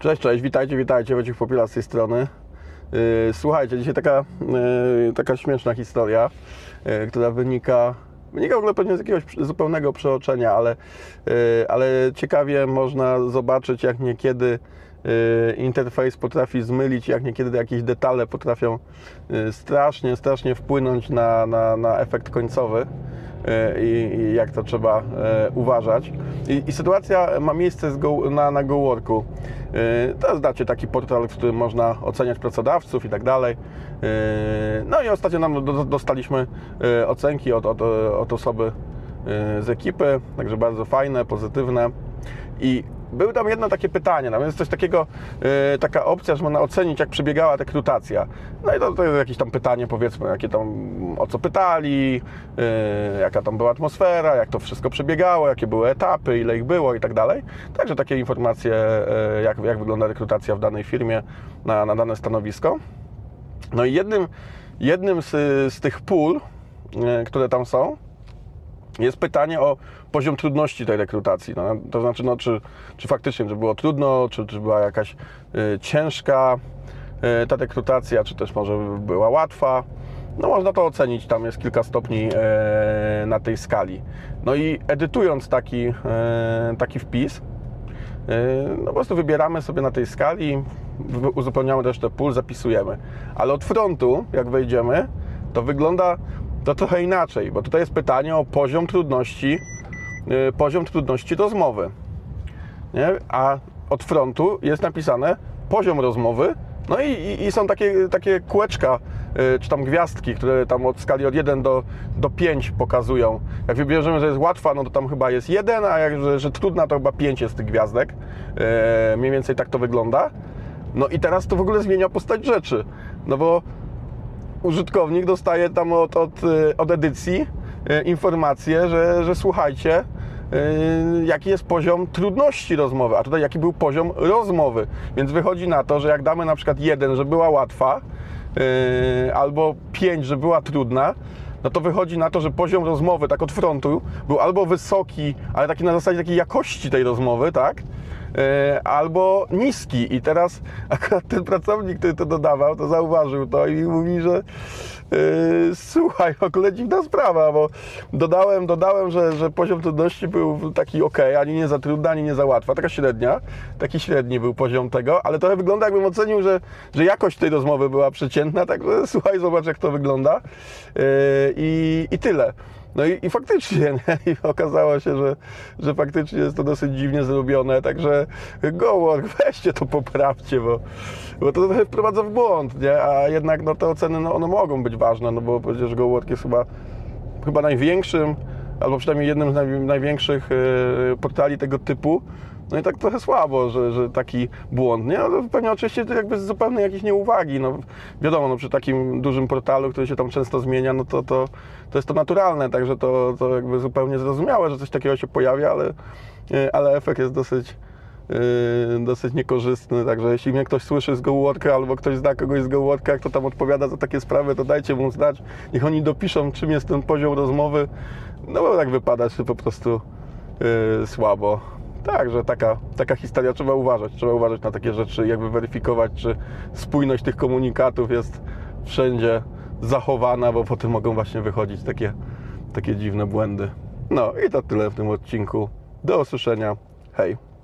Cześć, witajcie, Wojciech Popila z tej strony. Słuchajcie, dzisiaj taka śmieszna historia, która wynika w ogóle pewnie z jakiegoś zupełnego przeoczenia, ale ciekawie można zobaczyć, jak niekiedy interfejs potrafi zmylić, jak niekiedy jakieś detale potrafią strasznie wpłynąć na efekt końcowy. I jak to trzeba uważać. I sytuacja ma miejsce na GoWorku. To znacie taki portal, w którym można oceniać pracodawców i tak dalej. No i ostatnio dostaliśmy ocenki od osoby z ekipy, także bardzo fajne, pozytywne. I było tam jedno takie pytanie, no jest coś takiego, taka opcja, że można ocenić, jak przebiegała rekrutacja. No i to jest jakieś tam pytanie, powiedzmy, o co pytali, jaka tam była atmosfera, jak to wszystko przebiegało, jakie były etapy, ile ich było i tak dalej. Także takie informacje, jak wygląda rekrutacja w danej firmie na dane stanowisko. No i jednym z tych pól, które tam są, jest pytanie o poziom trudności tej rekrutacji. No, to znaczy, czy faktycznie, że było trudno, czy była jakaś ciężka ta rekrutacja, czy też może była łatwa. No można to ocenić, tam jest kilka stopni na tej skali. No i edytując taki wpis, no po prostu wybieramy sobie na tej skali, uzupełniamy resztę pól, zapisujemy. Ale od frontu, jak wejdziemy, to wygląda to trochę inaczej, bo tutaj jest pytanie o poziom trudności rozmowy. Nie? A od frontu jest napisane poziom rozmowy, no i są takie kółeczka, czy tam gwiazdki, które tam od skali od 1 do 5 pokazują. Jak wybierzemy, że jest łatwa, no to tam chyba jest 1, a że trudna, to chyba 5 jest tych gwiazdek. Mniej więcej tak to wygląda. No i teraz to w ogóle zmienia postać rzeczy, no bo użytkownik dostaje tam od edycji informację, że słuchajcie, jaki jest poziom trudności rozmowy, a tutaj jaki był poziom rozmowy. Więc wychodzi na to, że jak damy na przykład 1, że była łatwa, albo 5, że była trudna, no to wychodzi na to, że poziom rozmowy tak od frontu był albo wysoki, ale taki na zasadzie takiej jakości tej rozmowy, tak? Albo niski. I teraz akurat ten pracownik, który to dodawał, to zauważył to i mówi, że słuchaj, w ogóle dziwna sprawa, bo dodałem, że poziom trudności był taki ok, ani nie za trudny, ani nie za łatwa, taki średni był poziom tego, ale trochę wygląda, jakbym ocenił, że jakość tej rozmowy była przeciętna, także słuchaj, zobacz, jak to wygląda i tyle. No i faktycznie, nie? I okazało się, że faktycznie jest to dosyć dziwnie zrobione, także GoWork, weźcie to poprawcie, bo to trochę wprowadza w błąd, nie? A jednak no, te oceny, no, one mogą być ważne, no bo przecież GoWork jest chyba największym, albo przynajmniej jednym z największych portali tego typu. No i tak trochę słabo, że taki błąd, nie? No, pewnie oczywiście to jakby z zupełnej jakiejś nieuwagi, no wiadomo, no przy takim dużym portalu, który się tam często zmienia, no to jest to naturalne, także to jakby zupełnie zrozumiałe, że coś takiego się pojawia, ale efekt jest dosyć niekorzystny, także jeśli mnie ktoś słyszy z GoWorka albo ktoś zna kogoś z GoWorka, kto tam odpowiada za takie sprawy, to dajcie mu znać, niech oni dopiszą, czym jest ten poziom rozmowy, no bo tak wypada się po prostu słabo. Także taka historia, trzeba uważać na takie rzeczy, jakby weryfikować, czy spójność tych komunikatów jest wszędzie zachowana, bo potem mogą właśnie wychodzić takie dziwne błędy. No i to tyle w tym odcinku. Do usłyszenia. Hej!